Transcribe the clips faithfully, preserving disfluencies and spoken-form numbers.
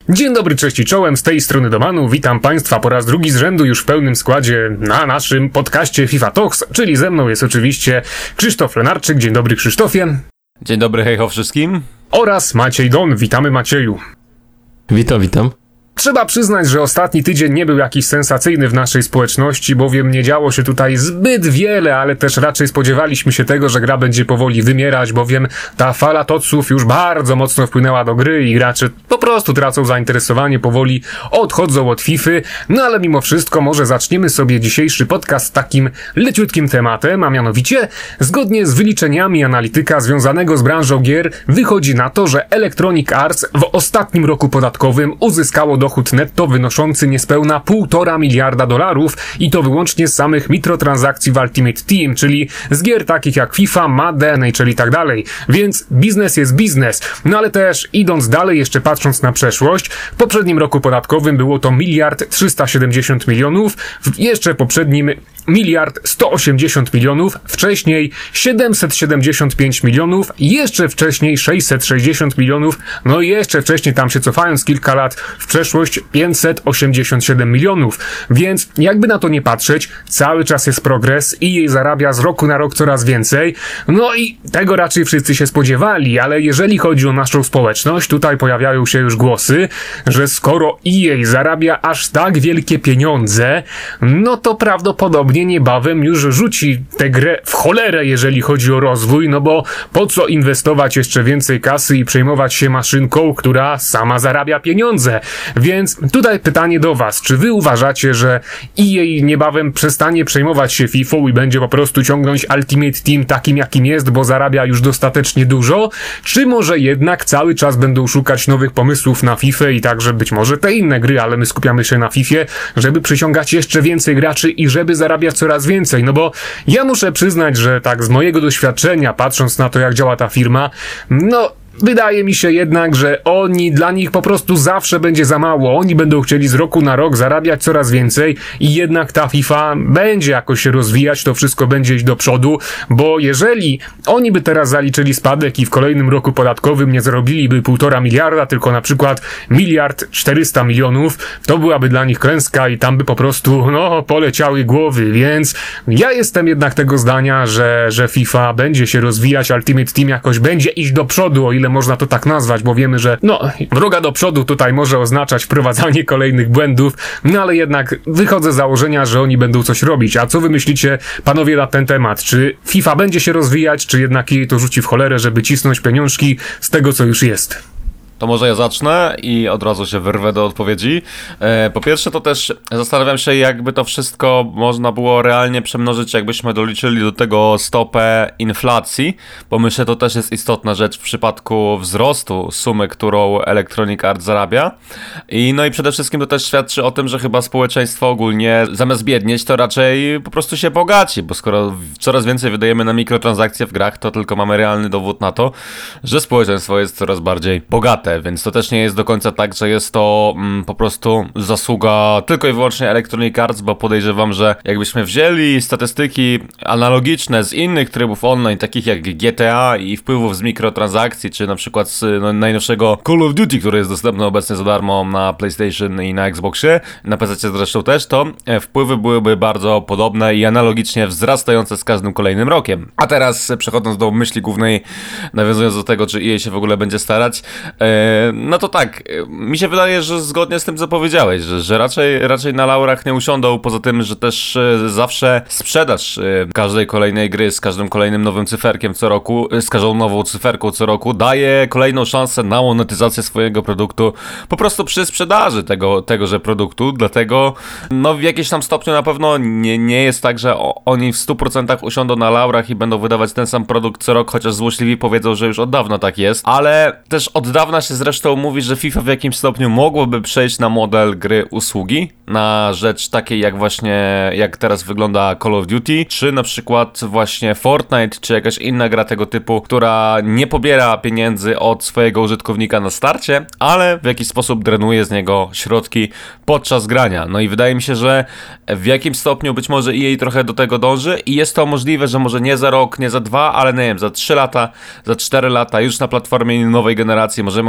Dzień dobry, cześć i czołem, z tej strony Domanu. Witam Państwa po raz drugi z rzędu już w pełnym składzie na naszym podcaście FIFA Talks, czyli ze mną jest oczywiście Krzysztof Lenarczyk. Dzień dobry, Krzysztofie. Dzień dobry, hejho wszystkim. Oraz Maciej Don. Witamy, Macieju. Witam, witam. Trzeba przyznać, że ostatni tydzień nie był jakiś sensacyjny w naszej społeczności, bowiem nie działo się tutaj zbyt wiele, ale też raczej spodziewaliśmy się tego, że gra będzie powoli wymierać, bowiem ta fala toców już bardzo mocno wpłynęła do gry i gracze po prostu tracą zainteresowanie, powoli odchodzą od Fify. No ale mimo wszystko może zaczniemy sobie dzisiejszy podcast takim leciutkim tematem, a mianowicie zgodnie z wyliczeniami analityka związanego z branżą gier wychodzi na to, że Electronic Arts w ostatnim roku podatkowym uzyskało do dochód netto wynoszący niespełna półtora miliarda dolarów i to wyłącznie z samych mikrotransakcji w Ultimate Team, czyli z gier takich jak FIFA, Madden, N H L i tak dalej. Więc biznes jest biznes. No ale też idąc dalej, jeszcze patrząc na przeszłość, w poprzednim roku podatkowym było to miliard trzysta siedemdziesiąt milionów, w jeszcze poprzednim miliard sto osiemdziesiąt milionów, wcześniej siedemset siedemdziesiąt pięć milionów, jeszcze wcześniej sześćset sześćdziesiąt milionów, no i jeszcze wcześniej tam się cofając kilka lat w przeszłość pięćset osiemdziesiąt siedem milionów, więc jakby na to nie patrzeć, cały czas jest progres i jej zarabia z roku na rok coraz więcej, no i tego raczej wszyscy się spodziewali, ale jeżeli chodzi o naszą społeczność, tutaj pojawiają się już głosy, że skoro E A zarabia aż tak wielkie pieniądze, no to prawdopodobnie niebawem już rzuci tę grę w cholerę, jeżeli chodzi o rozwój, no bo po co inwestować jeszcze więcej kasy i przejmować się maszynką, która sama zarabia pieniądze. Więc tutaj pytanie do was, czy wy uważacie, że E A niebawem przestanie przejmować się Fifą i będzie po prostu ciągnąć Ultimate Team takim jakim jest, bo zarabia już dostatecznie dużo, czy może jednak cały czas będą szukać nowych pomysłów na Fifę i także być może te inne gry, ale my skupiamy się na Fifie, żeby przyciągać jeszcze więcej graczy i żeby zarabiać coraz więcej, no bo ja muszę przyznać, że tak z mojego doświadczenia, patrząc na to jak działa ta firma, no wydaje mi się jednak, że oni, dla nich po prostu zawsze będzie za mało. Oni będą chcieli z roku na rok zarabiać coraz więcej i jednak ta FIFA będzie jakoś się rozwijać, to wszystko będzie iść do przodu, bo jeżeli oni by teraz zaliczyli spadek i w kolejnym roku podatkowym nie zarobiliby półtora miliarda, tylko na przykład miliard czterysta milionów, to byłaby dla nich klęska i tam by po prostu, no, poleciały głowy, więc ja jestem jednak tego zdania, że, że FIFA będzie się rozwijać, Ultimate Team jakoś będzie iść do przodu, o ile można to tak nazwać, bo wiemy, że no, droga do przodu tutaj może oznaczać wprowadzanie kolejnych błędów, no ale jednak wychodzę z założenia, że oni będą coś robić. A co wy myślicie, panowie, na ten temat? Czy FIFA będzie się rozwijać, czy jednak jej to rzuci w cholerę, żeby cisnąć pieniążki z tego, co już jest? To może ja zacznę i od razu się wyrwę do odpowiedzi. E, po pierwsze to też zastanawiam się, jakby to wszystko można było realnie przemnożyć, jakbyśmy doliczyli do tego stopę inflacji, bo myślę, to też jest istotna rzecz w przypadku wzrostu sumy, którą Electronic Arts zarabia. I no i przede wszystkim to też świadczy o tym, że chyba społeczeństwo ogólnie zamiast biednieć, to raczej po prostu się bogaci, bo skoro coraz więcej wydajemy na mikrotransakcje w grach, to tylko mamy realny dowód na to, że społeczeństwo jest coraz bardziej bogate. Więc to też nie jest do końca tak, że jest to mm, po prostu zasługa tylko i wyłącznie Electronic Arts, bo podejrzewam, że jakbyśmy wzięli statystyki analogiczne z innych trybów online, takich jak G T A i wpływów z mikrotransakcji, czy na przykład z no, najnowszego Call of Duty, który jest dostępny obecnie za darmo na PlayStation i na Xboxie, na P C zresztą też, to wpływy byłyby bardzo podobne i analogicznie wzrastające z każdym kolejnym rokiem. A teraz przechodząc do myśli głównej, nawiązując do tego, czy E A się w ogóle będzie starać, e, no to tak, mi się wydaje, że zgodnie z tym, co powiedziałeś, że, że raczej, raczej na laurach nie usiądą, poza tym, że też zawsze sprzedaż każdej kolejnej gry z każdym kolejnym nowym cyferkiem co roku, z każdą nową cyferką co roku daje kolejną szansę na monetyzację swojego produktu po prostu przy sprzedaży tego, tegoże produktu, dlatego no w jakimś tam stopniu na pewno nie, nie jest tak, że oni w stu procentach usiądą na laurach i będą wydawać ten sam produkt co rok, chociaż złośliwi powiedzą, że już od dawna tak jest, ale też od dawna się zresztą mówi, że FIFA w jakimś stopniu mogłoby przejść na model gry usługi, na rzecz takiej jak właśnie, jak teraz wygląda Call of Duty, czy na przykład właśnie Fortnite, czy jakaś inna gra tego typu, która nie pobiera pieniędzy od swojego użytkownika na starcie, ale w jakiś sposób drenuje z niego środki podczas grania. No i wydaje mi się, że w jakimś stopniu być może E A trochę do tego dąży i jest to możliwe, że może nie za rok, nie za dwa, ale nie wiem, za trzy lata, za cztery lata już na platformie nowej generacji możemy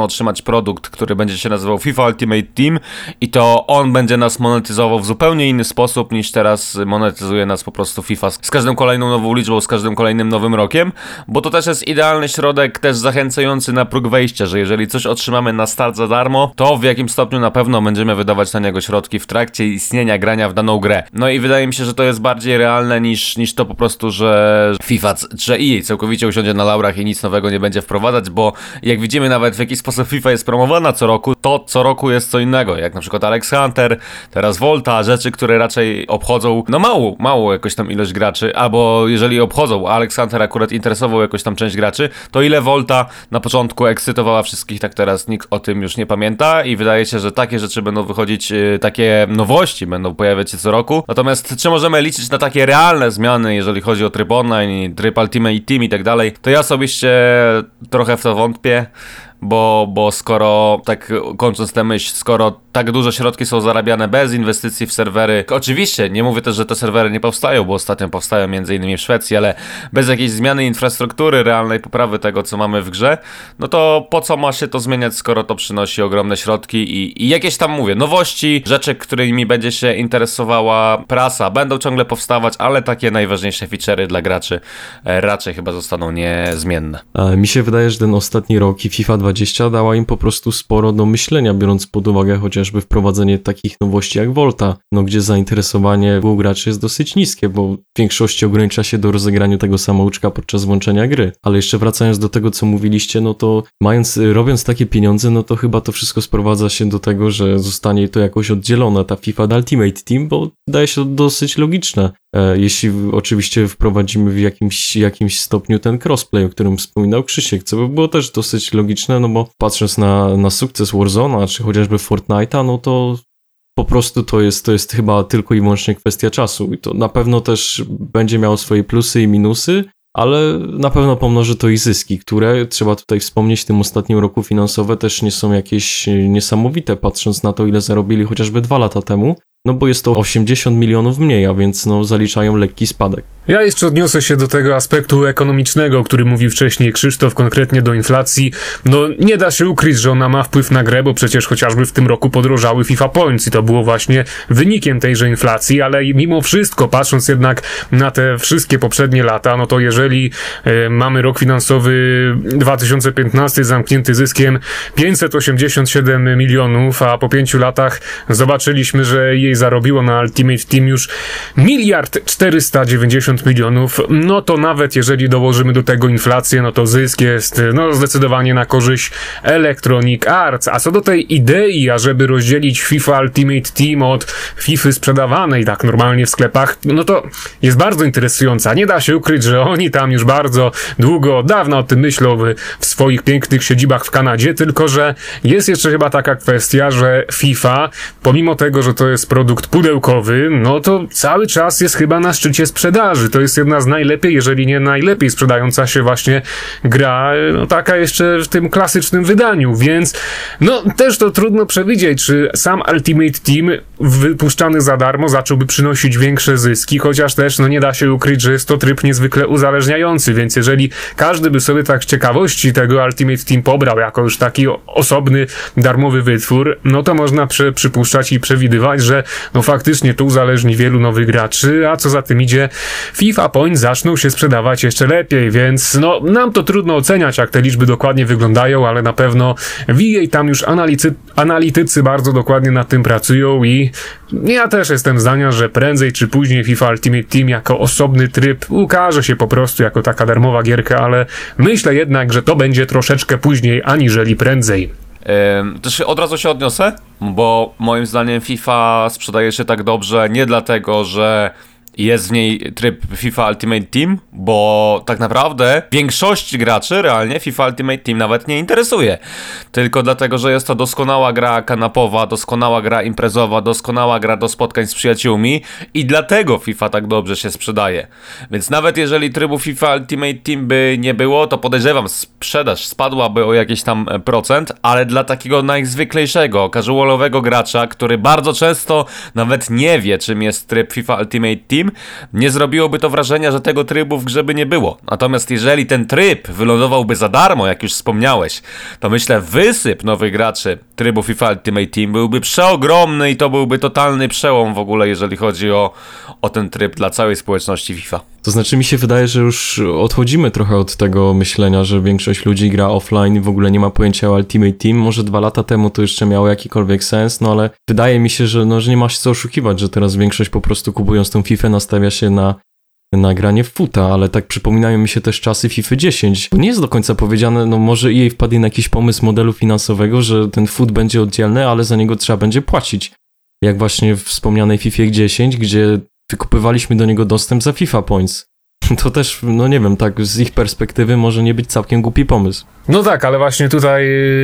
otrzymać produkt, który będzie się nazywał FIFA Ultimate Team i to on będzie nas monetyzował w zupełnie inny sposób niż teraz monetyzuje nas po prostu FIFA z każdą kolejną nową liczbą, z każdym kolejnym nowym rokiem, bo to też jest idealny środek, też zachęcający na próg wejścia, że jeżeli coś otrzymamy na start za darmo, to w jakim stopniu na pewno będziemy wydawać na niego środki w trakcie istnienia grania w daną grę. No i wydaje mi się, że to jest bardziej realne niż, niż to po prostu, że FIFA, że E A całkowicie usiądzie na laurach i nic nowego nie będzie wprowadzać, bo jak widzimy nawet w jaki sposób FIFA jest promowana co roku, to co roku jest co innego, jak na przykład Alex Hunter, teraz Volta, rzeczy, które raczej obchodzą, no mało, mało jakoś tam ilość graczy, albo jeżeli obchodzą, a Alex Hunter akurat interesował jakoś tam część graczy, to ile Volta na początku ekscytowała wszystkich, tak teraz nikt o tym już nie pamięta i wydaje się, że takie rzeczy będą wychodzić, takie nowości będą pojawiać się co roku. Natomiast czy możemy liczyć na takie realne zmiany, jeżeli chodzi o tryb online, tryb Ultimate Team i tak dalej, to ja osobiście trochę w to wątpię. Bo, bo skoro, tak kończąc tę myśl, skoro tak duże środki są zarabiane bez inwestycji w serwery, oczywiście nie mówię też, że te serwery nie powstają, bo ostatnio powstają między innymi w Szwecji, ale bez jakiejś zmiany infrastruktury, realnej poprawy tego, co mamy w grze, no to po co ma się to zmieniać, skoro to przynosi ogromne środki i, i jakieś tam, mówię, nowości, rzeczy, którymi będzie się interesowała prasa, będą ciągle powstawać, ale takie najważniejsze feature'y dla graczy e, raczej chyba zostaną niezmienne. A mi się wydaje, że ten ostatni rok i FIFA dwadzieścia dała im po prostu sporo do myślenia, biorąc pod uwagę chociażby wprowadzenie takich nowości jak Volta, no gdzie zainteresowanie u graczy jest dosyć niskie, bo w większości ogranicza się do rozegrania tego samouczka podczas włączenia gry. Ale jeszcze wracając do tego, co mówiliście, no to mając, robiąc takie pieniądze, no to chyba to wszystko sprowadza się do tego, że zostanie to jakoś oddzielone, ta FIFA Ultimate Team, bo wydaje się to dosyć logiczne. Jeśli oczywiście wprowadzimy w jakimś, jakimś stopniu ten crossplay, o którym wspominał Krzysiek, co by było też dosyć logiczne, no bo patrząc na, na sukces Warzone'a, czy chociażby Fortnite'a, no to po prostu to jest, to jest chyba tylko i wyłącznie kwestia czasu i to na pewno też będzie miało swoje plusy i minusy, ale na pewno pomnoży to i zyski, które trzeba tutaj wspomnieć w tym ostatnim roku finansowe też nie są jakieś niesamowite, patrząc na to, ile zarobili chociażby dwa lata temu. No bo jest to osiemdziesiąt milionów mniej, a więc no zaliczają lekki spadek. Ja jeszcze odniosę się do tego aspektu ekonomicznego, o którym mówił wcześniej Krzysztof, konkretnie do inflacji. No nie da się ukryć, że ona ma wpływ na grę, bo przecież chociażby w tym roku podrożały FIFA Points i to było właśnie wynikiem tejże inflacji, ale mimo wszystko, patrząc jednak na te wszystkie poprzednie lata, no to jeżeli e, mamy rok finansowy dwa tysiące piętnasty zamknięty zyskiem pięćset osiemdziesiąt siedem milionów, a po pięciu latach zobaczyliśmy, że jej zarobiło na Ultimate Team już miliard czterysta dziewięćdziesiąt milionów, no to nawet jeżeli dołożymy do tego inflację, no to zysk jest no zdecydowanie na korzyść Electronic Arts. A co do tej idei, ażeby rozdzielić FIFA Ultimate Team od FIFA sprzedawanej tak normalnie w sklepach, no to jest bardzo interesująca. Nie da się ukryć, że oni tam już bardzo długo, od dawna o tym myślą w, w swoich pięknych siedzibach w Kanadzie, tylko że jest jeszcze chyba taka kwestia, że FIFA, pomimo tego, że to jest produkt pudełkowy, no to cały czas jest chyba na szczycie sprzedaży. To jest jedna z najlepiej, jeżeli nie najlepiej sprzedająca się właśnie gra, no taka jeszcze w tym klasycznym wydaniu, więc no też to trudno przewidzieć, czy sam Ultimate Team wypuszczany za darmo zacząłby przynosić większe zyski, chociaż też no nie da się ukryć, że jest to tryb niezwykle uzależniający, więc jeżeli każdy by sobie tak z ciekawości tego Ultimate Team pobrał jako już taki osobny, darmowy wytwór, no to można przy, przypuszczać i przewidywać, że no faktycznie to uzależni wielu nowych graczy, a co za tym idzie, FIFA Points zaczną się sprzedawać jeszcze lepiej, więc no nam to trudno oceniać, jak te liczby dokładnie wyglądają, ale na pewno w E A tam już analitycy, analitycy bardzo dokładnie nad tym pracują i ja też jestem zdania, że prędzej czy później FIFA Ultimate Team jako osobny tryb ukaże się po prostu jako taka darmowa gierka, ale myślę jednak, że to będzie troszeczkę później, aniżeli prędzej. Yy, też od razu się odniosę, bo moim zdaniem FIFA sprzedaje się tak dobrze nie dlatego, że jest w niej tryb FIFA Ultimate Team, bo tak naprawdę większość graczy realnie FIFA Ultimate Team nawet nie interesuje. Tylko dlatego, że jest to doskonała gra kanapowa, doskonała gra imprezowa, doskonała gra do spotkań z przyjaciółmi i dlatego FIFA tak dobrze się sprzedaje. Więc nawet jeżeli trybu FIFA Ultimate Team by nie było, to podejrzewam, sprzedaż spadłaby o jakiś tam procent, ale dla takiego najzwyklejszego, casualowego gracza, który bardzo często nawet nie wie, czym jest tryb FIFA Ultimate Team, Team, nie zrobiłoby to wrażenia, że tego trybu w grze by nie było. Natomiast jeżeli ten tryb wylądowałby za darmo, jak już wspomniałeś, to myślę wysyp nowych graczy trybu FIFA Ultimate Team byłby przeogromny i to byłby totalny przełom w ogóle, jeżeli chodzi o, o ten tryb dla całej społeczności FIFA. To znaczy mi się wydaje, że już odchodzimy trochę od tego myślenia, że większość ludzi gra offline i w ogóle nie ma pojęcia o Ultimate Team. Może dwa lata temu to jeszcze miało jakikolwiek sens, no ale wydaje mi się, że, no, że nie ma się co oszukiwać, że teraz większość po prostu kupując tą FIFA nastawia się na, na granie w futa, ale tak przypominają mi się też czasy FIFA dziesięć. To nie jest do końca powiedziane, no może E A wpadnie na jakiś pomysł modelu finansowego, że ten fut będzie oddzielny, ale za niego trzeba będzie płacić. Jak właśnie w wspomnianej FIFA dziesięć, gdzie wykupywaliśmy do niego dostęp za FIFA Points. To też, no nie wiem, tak z ich perspektywy może nie być całkiem głupi pomysł. No tak, ale właśnie tutaj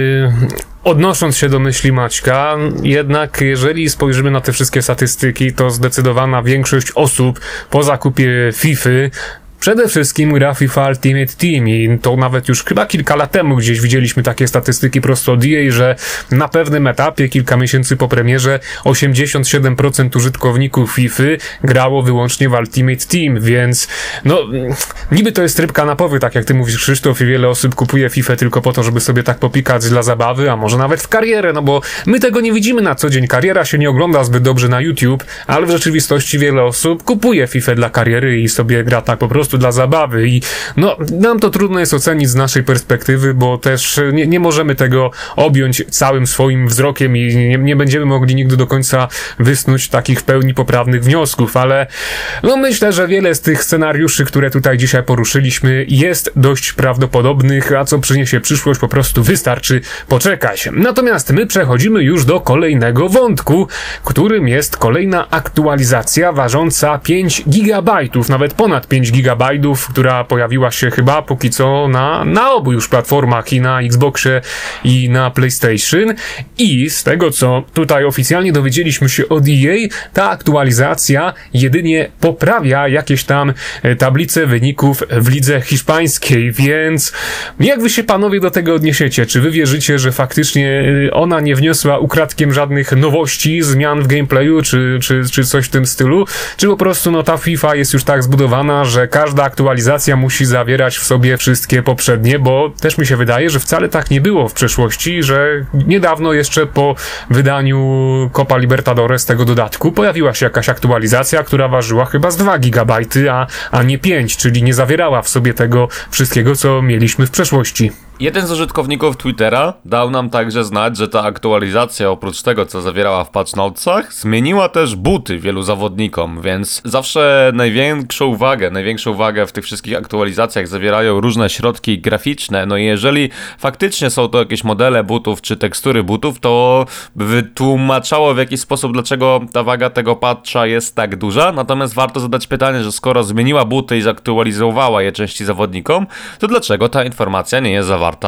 odnosząc się do myśli Maćka, jednak jeżeli spojrzymy na te wszystkie statystyki, to zdecydowana większość osób po zakupie FIFA przede wszystkim gra FIFA Ultimate Team i to nawet już chyba kilka lat temu gdzieś widzieliśmy takie statystyki prosto od E A, że na pewnym etapie, kilka miesięcy po premierze, osiemdziesiąt siedem procent użytkowników FIFA grało wyłącznie w Ultimate Team, więc no niby to jest tryb kanapowy, tak jak ty mówisz, Krzysztof, i wiele osób kupuje FIFA tylko po to, żeby sobie tak popikać dla zabawy, a może nawet w karierę, no bo my tego nie widzimy na co dzień, kariera się nie ogląda zbyt dobrze na YouTube, ale w rzeczywistości wiele osób kupuje FIFA dla kariery i sobie gra tak po prostu dla zabawy i no, nam to trudno jest ocenić z naszej perspektywy, bo też nie, nie możemy tego objąć całym swoim wzrokiem i nie, nie będziemy mogli nigdy do końca wysnuć takich w pełni poprawnych wniosków, ale no myślę, że wiele z tych scenariuszy, które tutaj dzisiaj poruszyliśmy, jest dość prawdopodobnych, a co przyniesie przyszłość, po prostu wystarczy poczekać. Natomiast my przechodzimy już do kolejnego wątku, którym jest kolejna aktualizacja ważąca pięć gigabajtów, nawet ponad pięć gigabajtów, która pojawiła się chyba póki co na, na obu już platformach, i na Xboxie, i na PlayStation. I z tego, co tutaj oficjalnie dowiedzieliśmy się od E A, ta aktualizacja jedynie poprawia jakieś tam tablice wyników w lidze hiszpańskiej, więc jak wy się panowie do tego odniesiecie? Czy wy wierzycie, że faktycznie ona nie wniosła ukradkiem żadnych nowości, zmian w gameplayu, czy, czy, czy coś w tym stylu? Czy po prostu no ta FIFA jest już tak zbudowana, że każda aktualizacja musi zawierać w sobie wszystkie poprzednie, bo też mi się wydaje, że wcale tak nie było w przeszłości, że niedawno jeszcze po wydaniu Copa Libertadores tego dodatku pojawiła się jakaś aktualizacja, która ważyła chyba z dwa gigabajty, a, a nie pięć, czyli nie zawierała w sobie tego wszystkiego, co mieliśmy w przeszłości. Jeden z użytkowników Twittera dał nam także znać, że ta aktualizacja oprócz tego, co zawierała w patch notesach, zmieniła też buty wielu zawodnikom, więc zawsze największą uwagę, największą uwagę w tych wszystkich aktualizacjach zawierają różne środki graficzne, no i jeżeli faktycznie są to jakieś modele butów czy tekstury butów, to wytłumaczało w jakiś sposób, dlaczego ta waga tego patcha jest tak duża, natomiast warto zadać pytanie, że skoro zmieniła buty i zaktualizowała je części zawodnikom, to dlaczego ta informacja nie jest zawarta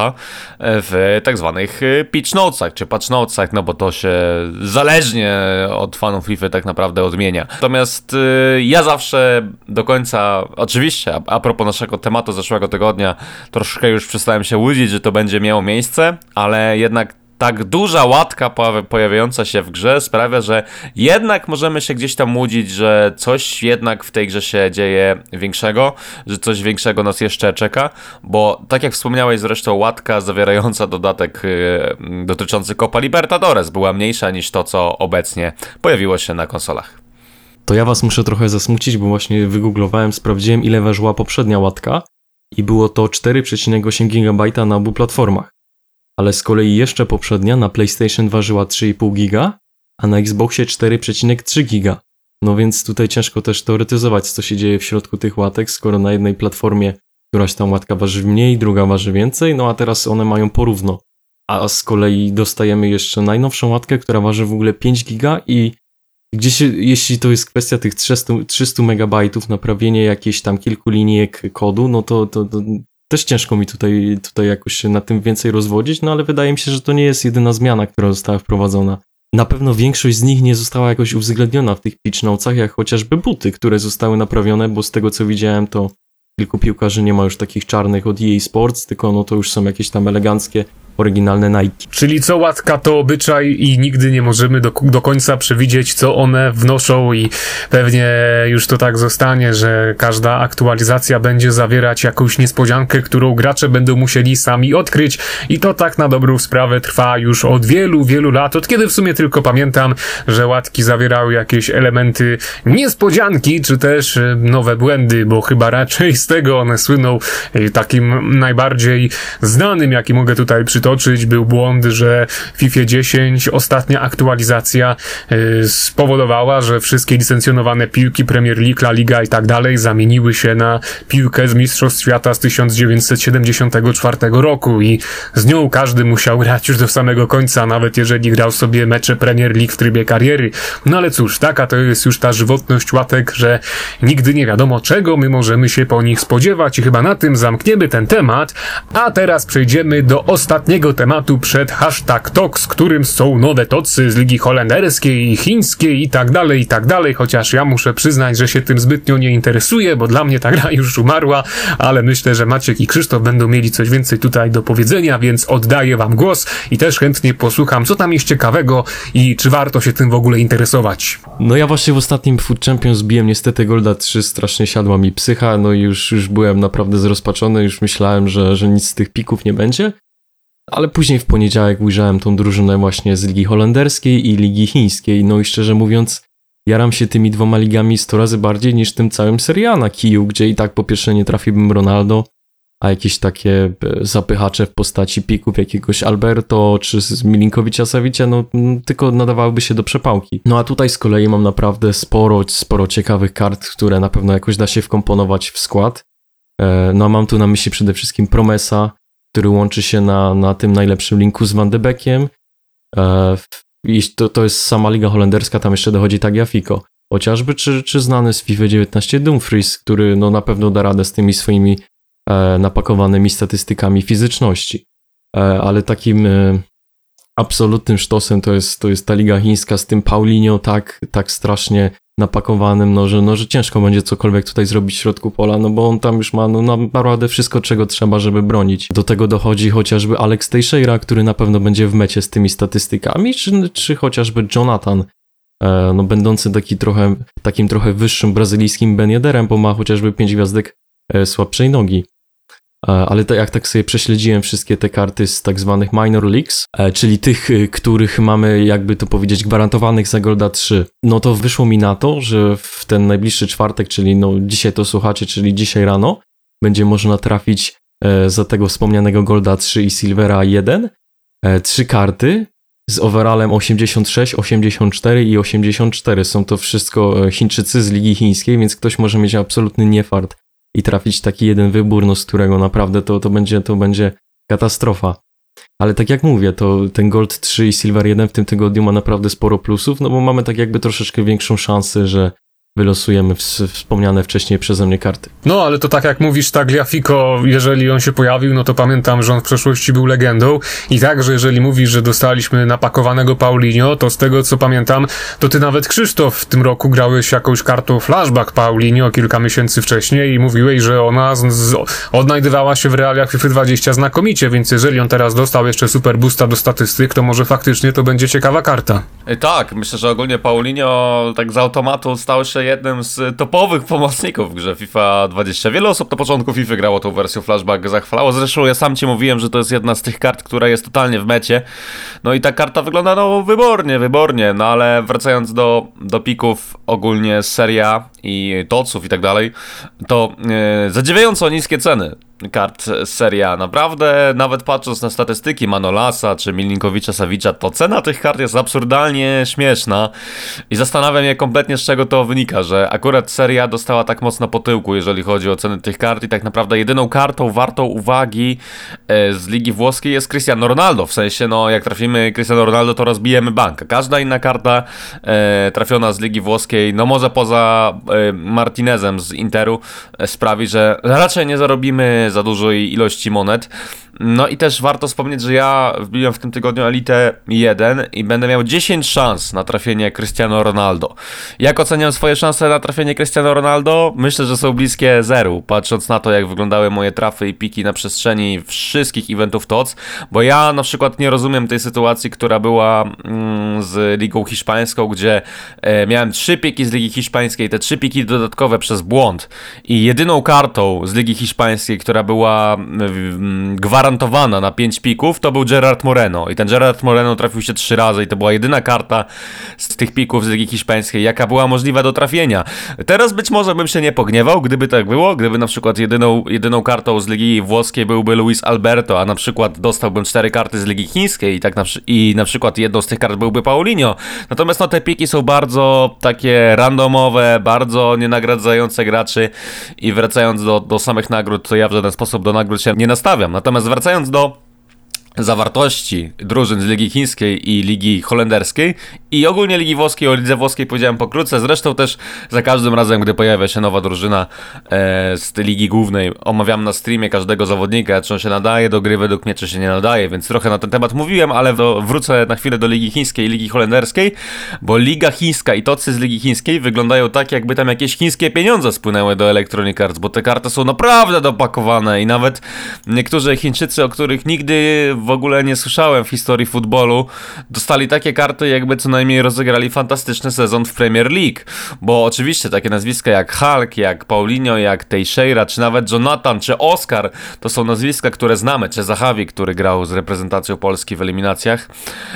w tak zwanych pitch notesach, czy patch notesach, no bo to się zależnie od fanów FIFA tak naprawdę odmienia. Natomiast y, ja zawsze do końca, oczywiście, a, a propos naszego tematu zeszłego tygodnia, troszkę już przestałem się łudzić, że to będzie miało miejsce, ale jednak tak duża łatka pojawiająca się w grze sprawia, że jednak możemy się gdzieś tam łudzić, że coś jednak w tej grze się dzieje większego, że coś większego nas jeszcze czeka, bo tak jak wspomniałeś zresztą, łatka zawierająca dodatek yy, dotyczący Copa Libertadores była mniejsza niż to, co obecnie pojawiło się na konsolach. To ja was muszę trochę zasmucić, bo właśnie wygooglowałem, sprawdziłem, ile ważyła poprzednia łatka i było to cztery przecinek osiem gigabajta na obu platformach. Ale z kolei jeszcze poprzednia na PlayStation ważyła trzy i pół giga, a na Xboxie cztery przecinek trzy giga. No więc tutaj ciężko też teoretyzować, co się dzieje w środku tych łatek, skoro na jednej platformie któraś tam łatka waży mniej, druga waży więcej, no a teraz one mają porówno. A z kolei dostajemy jeszcze najnowszą łatkę, która waży w ogóle pięć giga i gdzieś, jeśli to jest kwestia tych trzystu megabajtów, naprawienie jakichś tam kilku linijek kodu, no to, to, to też ciężko mi tutaj, tutaj jakoś się nad tym więcej rozwodzić, no ale wydaje mi się, że to nie jest jedyna zmiana, która została wprowadzona. Na pewno większość z nich nie została jakoś uwzględniona w tych pitch notesach, jak chociażby buty, które zostały naprawione, bo z tego co widziałem, to kilku piłkarzy nie ma już takich czarnych od E A Sports, tylko no to już są jakieś tam eleganckie oryginalne Nike. Czyli co, łatka to obyczaj i nigdy nie możemy do, do końca przewidzieć, co one wnoszą i pewnie już to tak zostanie, że każda aktualizacja będzie zawierać jakąś niespodziankę, którą gracze będą musieli sami odkryć i to tak na dobrą sprawę trwa już od wielu, wielu lat, od kiedy w sumie tylko pamiętam, że łatki zawierały jakieś elementy niespodzianki, czy też nowe błędy, bo chyba raczej z tego one słyną. Takim najbardziej znanym, jaki mogę tutaj przytoczyć, był błąd, że w FIFA dziesięć ostatnia aktualizacja yy, spowodowała, że wszystkie licencjonowane piłki Premier League, La Liga i tak dalej zamieniły się na piłkę z Mistrzostw Świata z tysiąc dziewięćset siedemdziesiątego czwartego roku i z nią każdy musiał grać już do samego końca, nawet jeżeli grał sobie mecze Premier League w trybie kariery. No ale cóż, taka to jest już ta żywotność łatek, że nigdy nie wiadomo, czego my możemy się po nich spodziewać i chyba na tym zamkniemy ten temat, a teraz przejdziemy do ostatniego tematu przed hashtag Talk, z którym są nowe tocy z Ligi Holenderskiej, chińskiej i tak dalej, i tak dalej, chociaż ja muszę przyznać, że się tym zbytnio nie interesuję, bo dla mnie ta gra już umarła, ale myślę, że Maciek i Krzysztof będą mieli coś więcej tutaj do powiedzenia, więc oddaję wam głos i też chętnie posłucham, co tam jest ciekawego i czy warto się tym w ogóle interesować. No ja właśnie w ostatnim Food Champions zbiłem niestety Golda trzy, strasznie siadła mi psycha, no i już, już byłem naprawdę zrozpaczony, już myślałem, że, że nic z tych pików nie będzie, ale później w poniedziałek ujrzałem tą drużynę właśnie z Ligi Holenderskiej i Ligi Chińskiej, no i szczerze mówiąc jaram się tymi dwoma ligami sto razy bardziej niż tym całym Serie A na kiju, gdzie i tak po pierwsze nie trafiłbym Ronaldo, a jakieś takie zapychacze w postaci pików jakiegoś Alberto czy z Milinkowicza-Savicia, no tylko nadawałyby się do przepałki. No a tutaj z kolei mam naprawdę sporo, sporo ciekawych kart, które na pewno jakoś da się wkomponować w skład. No a mam tu na myśli przede wszystkim Promesa, który łączy się na, na tym najlepszym linku z Van de Beekiem. I to, to jest sama Liga Holenderska, tam jeszcze dochodzi Tagliafico. Chociażby, czy, czy znany z FIFA dziewiętnaście Dumfries, który no na pewno da radę z tymi swoimi e, napakowanymi statystykami fizyczności. E, ale takim e, absolutnym sztosem to jest, to jest ta Liga Chińska z tym Paulinho tak, tak strasznie napakowanym, no że, no że ciężko będzie cokolwiek tutaj zrobić w środku pola, no bo on tam już ma no, naprawdę wszystko, czego trzeba, żeby bronić. Do tego dochodzi chociażby Alex Teixeira, który na pewno będzie w mecie z tymi statystykami, czy, czy chociażby Jonathan, e, no będący taki trochę, takim trochę wyższym brazylijskim Ben Yedderem, bo ma chociażby pięć gwiazdek e, słabszej nogi. Ale to jak tak sobie prześledziłem wszystkie te karty z tak zwanych minor leagues, czyli tych, których mamy jakby to powiedzieć gwarantowanych za Golda trzy, no to wyszło mi na to, że w ten najbliższy czwartek, czyli no dzisiaj to słuchacie, czyli dzisiaj rano, będzie można trafić za tego wspomnianego Golda trzy i Silvera jeden, trzy karty z overallem osiemdziesiąt sześć, osiemdziesiąt cztery i osiemdziesiąt cztery. Są to wszystko Chińczycy z Ligi Chińskiej, więc ktoś może mieć absolutny niefart i trafić taki jeden wybór, no z którego naprawdę to, to, będzie, to będzie katastrofa. Ale tak jak mówię, to ten Gold trzy i Silver jeden w tym tygodniu ma naprawdę sporo plusów, no bo mamy tak jakby troszeczkę większą szansę, że wylosujemy wspomniane wcześniej przeze mnie karty. No, ale to tak jak mówisz, Tagliafico, jeżeli on się pojawił, no to pamiętam, że on w przeszłości był legendą i także jeżeli mówisz, że dostaliśmy napakowanego Paulinho, to z tego co pamiętam, to ty nawet, Krzysztof, w tym roku grałeś jakąś kartą Flashback Paulinho kilka miesięcy wcześniej i mówiłeś, że ona z, z, odnajdywała się w realiach FIFA dwadzieścia znakomicie, więc jeżeli on teraz dostał jeszcze super boosta do statystyk, to może faktycznie to będzie ciekawa karta. Tak, myślę, że ogólnie Paulinho tak z automatu stał się jednym z topowych pomocników w grze FIFA dwadzieścia. Wiele osób na początku FIFA grało tą wersją Flashback, zachwalało. Zresztą ja sam ci mówiłem, że to jest jedna z tych kart, która jest totalnie w mecie. No i ta karta wygląda no wybornie, wybornie. No ale wracając do, do pików ogólnie z Serie A i toców i tak dalej, to yy, zadziwiająco niskie ceny kart z Serie A. Naprawdę, nawet patrząc na statystyki Manolasa czy Milinkowicza-Savicza, to cena tych kart jest absurdalnie śmieszna i zastanawiam się kompletnie, z czego to wynika, że akurat Serie A dostała tak mocno po tyłku, jeżeli chodzi o ceny tych kart i tak naprawdę jedyną kartą wartą uwagi e, z Ligi Włoskiej jest Cristiano Ronaldo, w sensie, no jak trafimy Cristiano Ronaldo, to rozbijemy bank. Każda inna karta e, trafiona z Ligi Włoskiej, no może poza e, Martinezem z Interu, e, sprawi, że raczej nie zarobimy za dużej ilości monet. No i też warto wspomnieć, że ja wbiłem w tym tygodniu Elite jeden i będę miał dziesięć szans na trafienie Cristiano Ronaldo. Jak oceniam swoje szanse na trafienie Cristiano Ronaldo? Myślę, że są bliskie zeru, patrząc na to, jak wyglądały moje trafy i piki na przestrzeni wszystkich eventów T O C, bo ja na przykład nie rozumiem tej sytuacji, która była mm, z Ligą Hiszpańską, gdzie e, miałem trzy piki z Ligi Hiszpańskiej, te trzy piki dodatkowe przez błąd i jedyną kartą z Ligi Hiszpańskiej, która była mm, gwarantowana na pięć pików, to był Gerard Moreno i ten Gerard Moreno trafił się trzy razy i to była jedyna karta z tych pików z Ligi Hiszpańskiej, jaka była możliwa do trafienia. Teraz być może bym się nie pogniewał, gdyby tak było, gdyby na przykład jedyną, jedyną kartą z Ligi Włoskiej byłby Luis Alberto, a na przykład dostałbym cztery karty z Ligi Chińskiej i tak na, i na przykład jedną z tych kart byłby Paulinho. Natomiast no te piki są bardzo takie randomowe, bardzo nienagradzające graczy i wracając do, do samych nagród, to ja w żaden sposób do nagród się nie nastawiam. Natomiast wracając do zawartości drużyn z Ligi Chińskiej i Ligi Holenderskiej i ogólnie Ligi Włoskiej, o Lidze Włoskiej powiedziałem pokrótce, zresztą też za każdym razem, gdy pojawia się nowa drużyna e, z tej Ligi Głównej, omawiam na streamie każdego zawodnika, czy on się nadaje do gry, według mnie czy się nie nadaje, więc trochę na ten temat mówiłem, ale do, wrócę na chwilę do Ligi Chińskiej i Ligi Holenderskiej, bo Liga Chińska i tocy z Ligi Chińskiej wyglądają tak, jakby tam jakieś chińskie pieniądze spłynęły do Electronic Arts, bo te karty są naprawdę dopakowane i nawet niektórzy Chińczycy, o których nigdy w ogóle nie słyszałem w historii futbolu, dostali takie karty, jakby co najmniej rozegrali fantastyczny sezon w Premier League, bo oczywiście takie nazwiska jak Hulk, jak Paulinho, jak Teixeira, czy nawet Jonathan, czy Oscar, to są nazwiska, które znamy, czy Zahavi, który grał z reprezentacją Polski w eliminacjach,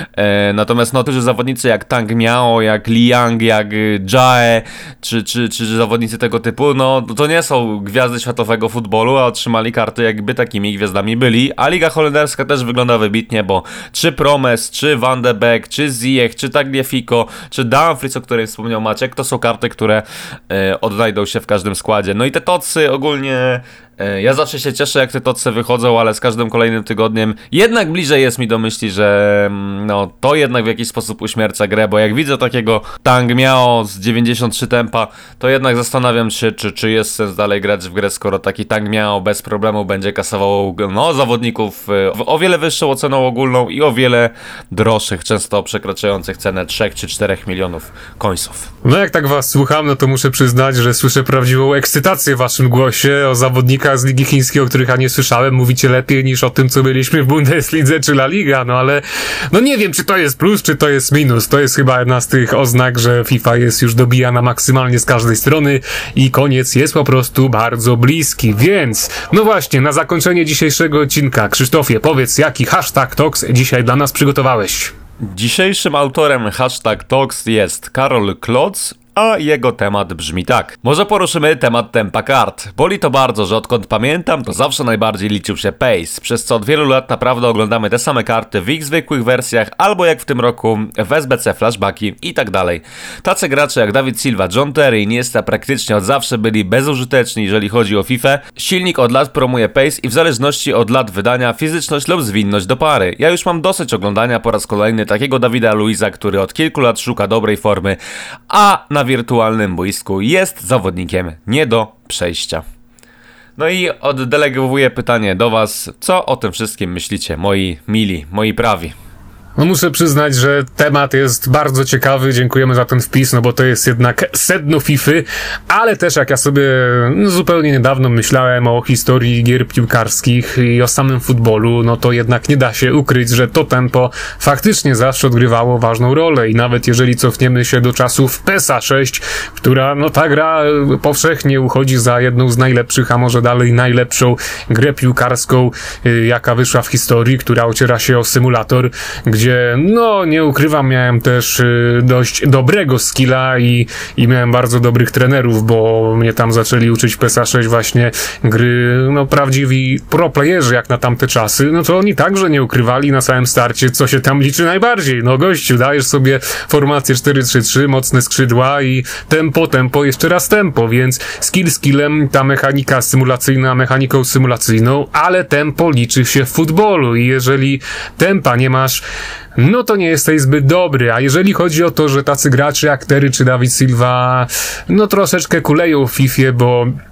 e, natomiast no, którzy zawodnicy jak Tang Miao, jak Liang, jak Jae, czy, czy, czy zawodnicy tego typu, no to nie są gwiazdy światowego futbolu, a otrzymali karty, jakby takimi gwiazdami byli, a Liga Holenderska też wygląda wybitnie, bo czy Promes, czy Van de Beek, czy Ziyech, czy Tagliafico, czy Dumfries, o którym wspomniał Maciek, to są karty, które e, odnajdą się w każdym składzie. No i te tocy ogólnie ja zawsze się cieszę, jak te tocy wychodzą, ale z każdym kolejnym tygodniem jednak bliżej jest mi do myśli, że no, to jednak w jakiś sposób uśmierca grę, bo jak widzę takiego Tang Miao z dziewięćdziesiąt trzy tempa, to jednak zastanawiam się, czy, czy jest sens dalej grać w grę, skoro taki Tang Miao bez problemu będzie kasował no, zawodników o wiele wyższą oceną ogólną i o wiele droższych, często przekraczających cenę trzy czy cztery milionów końców. No jak tak was słucham, no to muszę przyznać, że słyszę prawdziwą ekscytację w waszym głosie o zawodnikach z Ligi Chińskiej, o których ja nie słyszałem. Mówicie lepiej niż o tym, co byliśmy w Bundeslidze czy La Liga, no ale no nie wiem, czy to jest plus, czy to jest minus. To jest chyba jedna z tych oznak, że FIFA jest już dobijana maksymalnie z każdej strony i koniec jest po prostu bardzo bliski, więc no właśnie, na zakończenie dzisiejszego odcinka, Krzysztofie, powiedz, jaki hashtag Tox dzisiaj dla nas przygotowałeś? Dzisiejszym autorem hashtag Tox jest Karol Klotz, a jego temat brzmi tak. Może poruszymy temat tempa kart. Boli to bardzo, że odkąd pamiętam, to zawsze najbardziej liczył się pace, przez co od wielu lat naprawdę oglądamy te same karty w ich zwykłych wersjach, albo jak w tym roku w S B C flashbacki i tak dalej. Tacy gracze jak David Silva, John Terry i Iniesta praktycznie od zawsze byli bezużyteczni, jeżeli chodzi o FIFA. Silnik od lat promuje pace i w zależności od lat wydania fizyczność lub zwinność do pary. Ja już mam dosyć oglądania po raz kolejny takiego Davida Luiza, który od kilku lat szuka dobrej formy, a na wirtualnym boisku jest zawodnikiem nie do przejścia. No i oddelegowuję pytanie do was, co o tym wszystkim myślicie, moi mili, moi prawi? No muszę przyznać, że temat jest bardzo ciekawy, dziękujemy za ten wpis, no bo to jest jednak sedno Fify, ale też jak ja sobie no, zupełnie niedawno myślałem o historii gier piłkarskich i o samym futbolu, no to jednak nie da się ukryć, że to tempo faktycznie zawsze odgrywało ważną rolę i nawet jeżeli cofniemy się do czasów PESA sześć, która no ta gra powszechnie uchodzi za jedną z najlepszych, a może dalej najlepszą grę piłkarską, jaka wyszła w historii, która ociera się o symulator, gdzie gdzie, no nie ukrywam, miałem też y, dość dobrego skilla i, i miałem bardzo dobrych trenerów, bo mnie tam zaczęli uczyć w PESA sześć właśnie gry, no prawdziwi proplayerzy jak na tamte czasy, no to oni także nie ukrywali na samym starcie, co się tam liczy najbardziej. No gościu, dajesz sobie formację cztery trzy trzy, mocne skrzydła i tempo, tempo, jeszcze raz tempo, więc skill skillem, ta mechanika symulacyjna mechaniką symulacyjną, ale tempo liczy się w futbolu i jeżeli tempa nie masz, no to nie jesteś zbyt dobry, a jeżeli chodzi o to, że tacy gracze jak Terry czy David Silva, no troszeczkę kuleją w Fifie, bo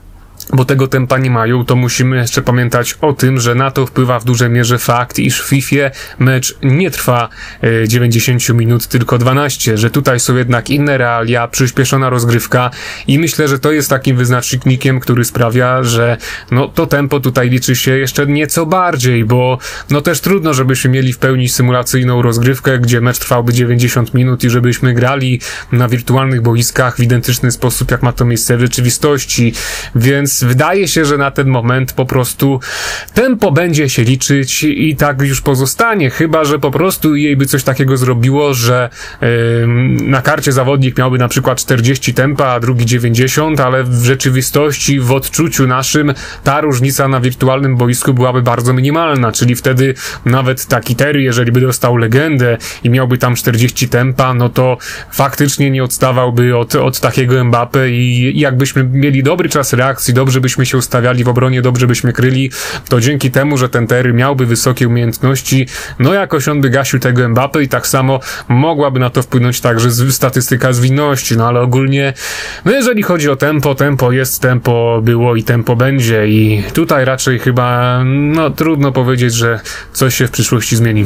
bo tego tempa nie mają, to musimy jeszcze pamiętać o tym, że na to wpływa w dużej mierze fakt, iż w Fifie mecz nie trwa e, dziewięćdziesiąt minut, tylko dwanaście, że tutaj są jednak inne realia, przyspieszona rozgrywka i myślę, że to jest takim wyznacznikiem, który sprawia, że no to tempo tutaj liczy się jeszcze nieco bardziej, bo no też trudno, żebyśmy mieli w pełni symulacyjną rozgrywkę, gdzie mecz trwałby dziewięćdziesiąt minut i żebyśmy grali na wirtualnych boiskach w identyczny sposób, jak ma to miejsce w rzeczywistości, więc wydaje się, że na ten moment po prostu tempo będzie się liczyć i tak już pozostanie, chyba że po prostu jej by coś takiego zrobiło, że yy, na karcie zawodnik miałby na przykład czterdzieści tempa, a drugi dziewięćdziesiąt, ale w rzeczywistości, w odczuciu naszym ta różnica na wirtualnym boisku byłaby bardzo minimalna, czyli wtedy nawet taki Terry, jeżeli by dostał legendę i miałby tam czterdzieści tempa, no to faktycznie nie odstawałby od, od takiego Mbappé i jakbyśmy mieli dobry czas reakcji, dobrze byśmy się ustawiali w obronie, dobrze byśmy kryli, to dzięki temu, że ten Terry miałby wysokie umiejętności, no jakoś on by gasił tego Mbappé i tak samo mogłaby na to wpłynąć także z, statystyka zwinności, no ale ogólnie, no jeżeli chodzi o tempo, tempo jest, tempo było i tempo będzie i tutaj raczej chyba, no trudno powiedzieć, że coś się w przyszłości zmieni.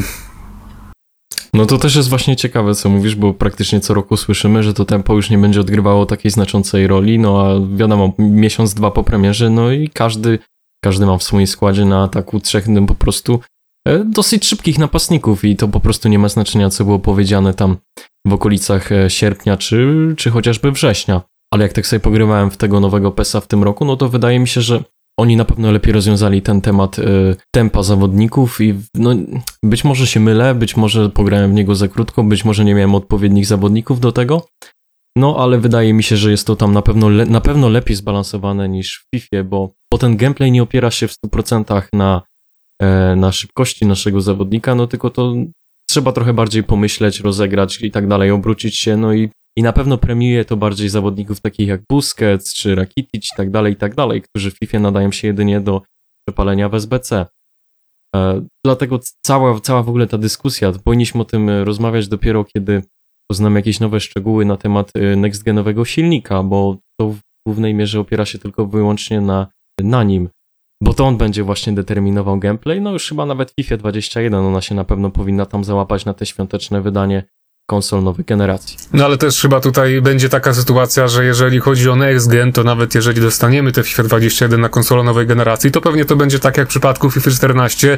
No to też jest właśnie ciekawe, co mówisz, bo praktycznie co roku słyszymy, że to tempo już nie będzie odgrywało takiej znaczącej roli, no a wiadomo, miesiąc, dwa po premierze, no i każdy, każdy ma w swoim składzie na ataku trzech no, po prostu e, dosyć szybkich napastników i to po prostu nie ma znaczenia, co było powiedziane tam w okolicach sierpnia czy, czy chociażby września. Ale jak tak sobie pogrywałem w tego nowego PESa w tym roku, no to wydaje mi się, że oni na pewno lepiej rozwiązali ten temat y, tempa zawodników i no, być może się mylę, być może pograłem w niego za krótko, być może nie miałem odpowiednich zawodników do tego, no ale wydaje mi się, że jest to tam na pewno, le, na pewno lepiej zbalansowane niż w Fifie, bo, bo ten gameplay nie opiera się w stu procentach na, e, na szybkości naszego zawodnika, no tylko to trzeba trochę bardziej pomyśleć, rozegrać i tak dalej, obrócić się, no i I na pewno premiuje to bardziej zawodników takich jak Busquets czy Rakitic i tak dalej, i tak dalej, którzy w Fifie nadają się jedynie do przepalenia w S B C. E, dlatego cała, cała w ogóle ta dyskusja, powinniśmy o tym rozmawiać dopiero kiedy poznamy jakieś nowe szczegóły na temat next-genowego silnika, bo to w głównej mierze opiera się tylko wyłącznie na, na nim, bo to on będzie właśnie determinował gameplay, no już chyba nawet w FIFA dwadzieścia jeden ona się na pewno powinna tam załapać na te świąteczne wydanie konsol nowej generacji. No ale też chyba tutaj będzie taka sytuacja, że jeżeli chodzi o Next Gen, to nawet jeżeli dostaniemy te FIFA dwadzieścia jeden na konsolę nowej generacji, to pewnie to będzie tak jak w przypadku FIFA czternaście,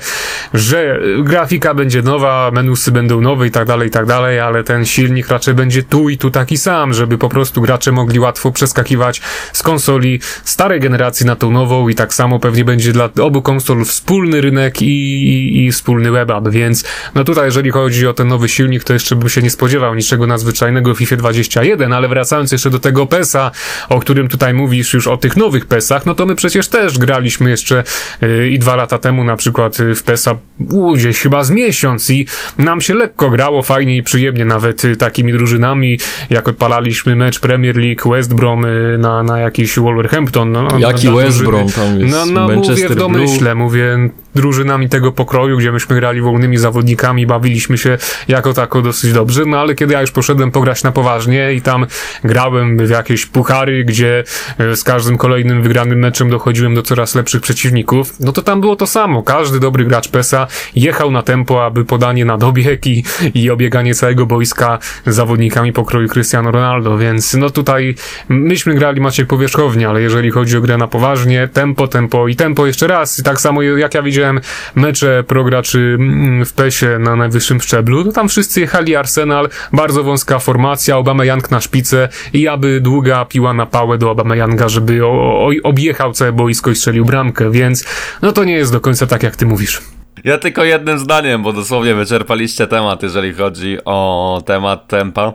że grafika będzie nowa, menusy będą nowe i tak dalej, i tak dalej, ale ten silnik raczej będzie tu i tu taki sam, żeby po prostu gracze mogli łatwo przeskakiwać z konsoli starej generacji na tą nową i tak samo pewnie będzie dla obu konsol wspólny rynek i, i, i wspólny web-app, więc no tutaj jeżeli chodzi o ten nowy silnik, to jeszcze bym się nie spodziewał niczego nadzwyczajnego w FIFA dwadzieścia jeden, ale wracając jeszcze do tego PESa, o którym tutaj mówisz już o tych nowych PESach, no to my przecież też graliśmy jeszcze yy, i dwa lata temu na przykład w PESa u, gdzieś chyba z miesiąc i nam się lekko grało, fajnie i przyjemnie nawet yy, takimi drużynami, jak odpalaliśmy mecz Premier League West Brom yy, na, na jakiś Wolverhampton. No, Jaki West Brom tam jest? No, no mówię w domyśle, mówię drużynami tego pokroju, gdzie myśmy grali wolnymi zawodnikami, bawiliśmy się jako tako dosyć dobrze, no ale kiedy ja już poszedłem pograć na poważnie i tam grałem w jakieś puchary, gdzie z każdym kolejnym wygranym meczem dochodziłem do coraz lepszych przeciwników, no to tam było to samo. Każdy dobry gracz PESa jechał na tempo, aby podanie na dobieg i, i obieganie całego boiska z zawodnikami pokroju Cristiano Ronaldo, więc no tutaj myśmy grali Maciek powierzchownie, ale jeżeli chodzi o grę na poważnie, tempo, tempo i tempo jeszcze raz. I tak samo jak ja widziałem mecze prograczy w PESie na najwyższym szczeblu, to tam wszyscy jechali Arsenal, bardzo wąska formacja, Aubameyang na szpicę i aby długa piła na pałę do Aubameyanga, żeby o, o, objechał całe boisko i strzelił bramkę, więc no to nie jest do końca tak, jak ty mówisz. Ja tylko jednym zdaniem, bo dosłownie wyczerpaliście temat, jeżeli chodzi o temat tempa.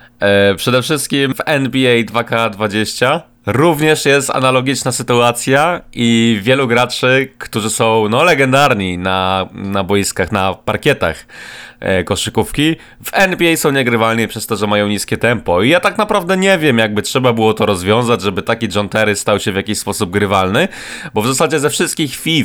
E, przede wszystkim w N B A dwa K dwadzieścia również jest analogiczna sytuacja i wielu graczy, którzy są no legendarni na, na boiskach, na parkietach e, koszykówki, w N B A są niegrywalni przez to, że mają niskie tempo. I ja tak naprawdę nie wiem, jakby trzeba było to rozwiązać, żeby taki John Terry stał się w jakiś sposób grywalny, bo w zasadzie ze wszystkich F I F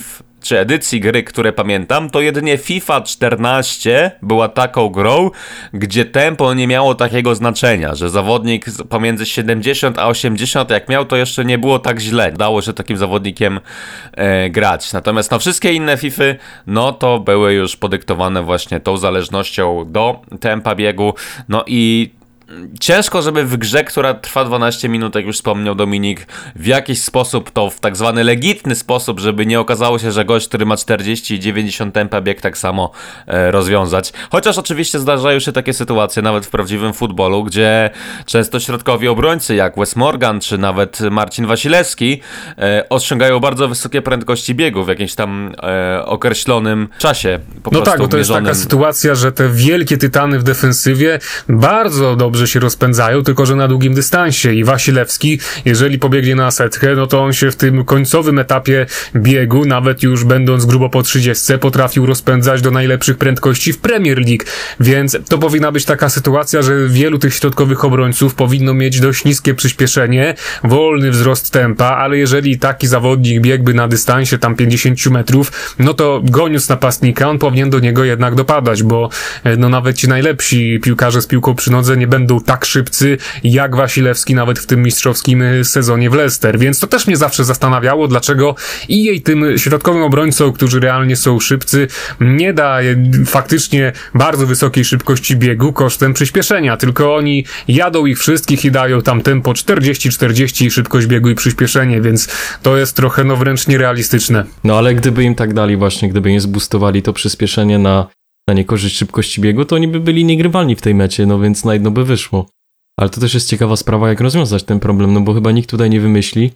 czy edycji gry, które pamiętam, to jedynie FIFA czternaście była taką grą, gdzie tempo nie miało takiego znaczenia, że zawodnik pomiędzy siedemdziesiąt a osiemdziesiąt jak miał, to jeszcze nie było tak źle. Dało się takim zawodnikiem e, grać. Natomiast no, wszystkie inne Fify, no to były już podyktowane właśnie tą zależnością do tempa biegu. No i ciężko, żeby w grze, która trwa dwanaście minut, jak już wspomniał Dominik, w jakiś sposób to w tak zwany legitny sposób, żeby nie okazało się, że gość, który ma czterdzieści i dziewięćdziesiąt tempa bieg tak samo e, rozwiązać. Chociaż oczywiście zdarzają się takie sytuacje nawet w prawdziwym futbolu, gdzie często środkowi obrońcy jak Wes Morgan czy nawet Marcin Wasilewski e, osiągają bardzo wysokie prędkości biegu w jakimś tam e, określonym czasie. Po no prostu tak, bo to mierzonym. jest taka sytuacja, że te wielkie tytany w defensywie bardzo dobrze że się rozpędzają, tylko że na długim dystansie i Wasilewski, jeżeli pobiegnie na setkę, no to on się w tym końcowym etapie biegu, nawet już będąc grubo po trzydziestce, potrafił rozpędzać do najlepszych prędkości w Premier League, więc to powinna być taka sytuacja, że wielu tych środkowych obrońców powinno mieć dość niskie przyspieszenie, wolny wzrost tempa, ale jeżeli taki zawodnik biegłby na dystansie tam pięćdziesiąt metrów, no to goniąc napastnika, on powinien do niego jednak dopadać, bo no nawet ci najlepsi piłkarze z piłką przy nodze nie będą tak szybcy jak Wasilewski nawet w tym mistrzowskim sezonie w Leicester, więc to też mnie zawsze zastanawiało, dlaczego i jej tym środkowym obrońcom, którzy realnie są szybcy, nie da faktycznie bardzo wysokiej szybkości biegu kosztem przyspieszenia, tylko oni jadą ich wszystkich i dają tam tempo czterdzieści czterdzieści, szybkość biegu i przyspieszenie, więc to jest trochę no wręcz nierealistyczne. No ale gdyby im tak dali właśnie, gdyby im zboostowali to przyspieszenie na na niekorzyść szybkości biegu, to oni by byli niegrywalni w tej mecie, no więc na jedno by wyszło. Ale to też jest ciekawa sprawa, jak rozwiązać ten problem, no bo chyba nikt tutaj nie wymyśli,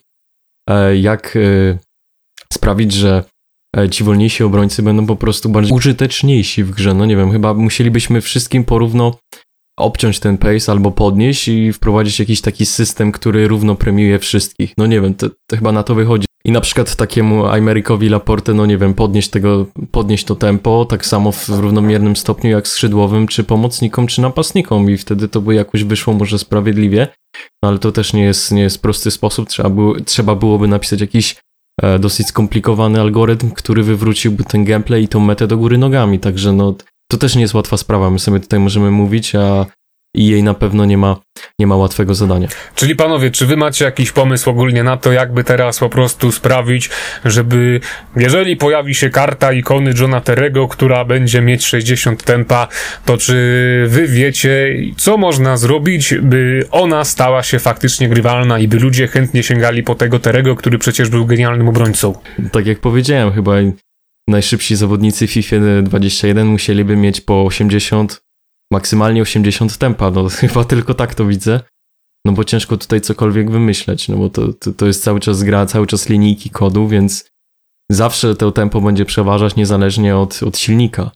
e, jak e, sprawić, że e, ci wolniejsi obrońcy będą po prostu bardziej użyteczniejsi w grze. No nie wiem, chyba musielibyśmy wszystkim porówno obciąć ten pace albo podnieść i wprowadzić jakiś taki system, który równo premiuje wszystkich. No nie wiem, to, to chyba na to wychodzi. I na przykład takiemu Aymericowi Laporte, no nie wiem, podnieść tego, podnieść to tempo, tak samo w równomiernym stopniu jak skrzydłowym, czy pomocnikom, czy napastnikom i wtedy to by jakoś wyszło może sprawiedliwie, no ale to też nie jest, nie jest prosty sposób, trzeba, było, trzeba byłoby napisać jakiś e, dosyć skomplikowany algorytm, który wywróciłby ten gameplay i tą metę do góry nogami, także no to też nie jest łatwa sprawa, my sobie tutaj możemy mówić, a i jej na pewno nie ma, nie ma łatwego zadania. Czyli panowie, czy wy macie jakiś pomysł ogólnie na to, jakby teraz po prostu sprawić, żeby jeżeli pojawi się karta ikony Johna Terry'ego, która będzie mieć sześćdziesiąt tempa, to czy wy wiecie, co można zrobić, by ona stała się faktycznie grywalna i by ludzie chętnie sięgali po tego Terry'ego, który przecież był genialnym obrońcą? Tak jak powiedziałem, chyba najszybsi zawodnicy FIFA dwadzieścia jeden musieliby mieć po osiemdziesiąt, maksymalnie osiemdziesiąt tempa, no chyba tylko tak to widzę, no bo ciężko tutaj cokolwiek wymyśleć, no bo to, to, to jest cały czas gra, cały czas linijki kodu, więc zawsze to tempo będzie przeważać niezależnie od, od silnika.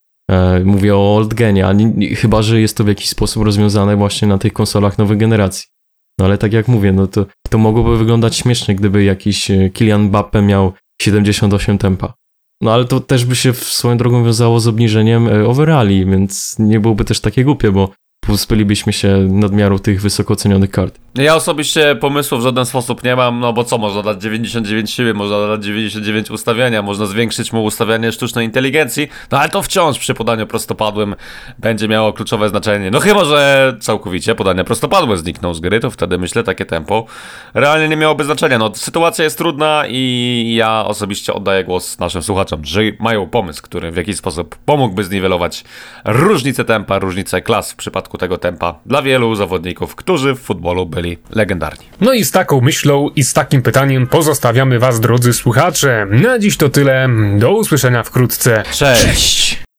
E, mówię o old genie, a nie, chyba, że jest to w jakiś sposób rozwiązane właśnie na tych konsolach nowej generacji. No ale tak jak mówię, no to, to mogłoby wyglądać śmiesznie, gdyby jakiś Kylian Mbappé miał siedemdziesiąt osiem tempa. No ale to też by się swoją drogą wiązało z obniżeniem overalli, więc nie byłoby też takie głupie, bo pozbylibyśmy się nadmiaru tych wysoko cenionych kart. Ja osobiście pomysłu w żaden sposób nie mam, no bo co, można dać dziewięćdziesiąt dziewięć siły, można dać dziewięćdziesiąt dziewięć ustawiania, można zwiększyć mu ustawianie sztucznej inteligencji, no ale to wciąż przy podaniu prostopadłym będzie miało kluczowe znaczenie. No chyba, że całkowicie podania prostopadłe znikną z gry, to wtedy myślę takie tempo realnie nie miałoby znaczenia. No sytuacja jest trudna i ja osobiście oddaję głos naszym słuchaczom, że mają pomysł, który w jakiś sposób pomógłby zniwelować różnicę tempa, różnicę klas w przypadku tego tempa dla wielu zawodników, którzy w futbolu byli legendarni. No i z taką myślą i z takim pytaniem pozostawiamy was, drodzy słuchacze. Na dziś to tyle. Do usłyszenia wkrótce. Cześć! Cześć.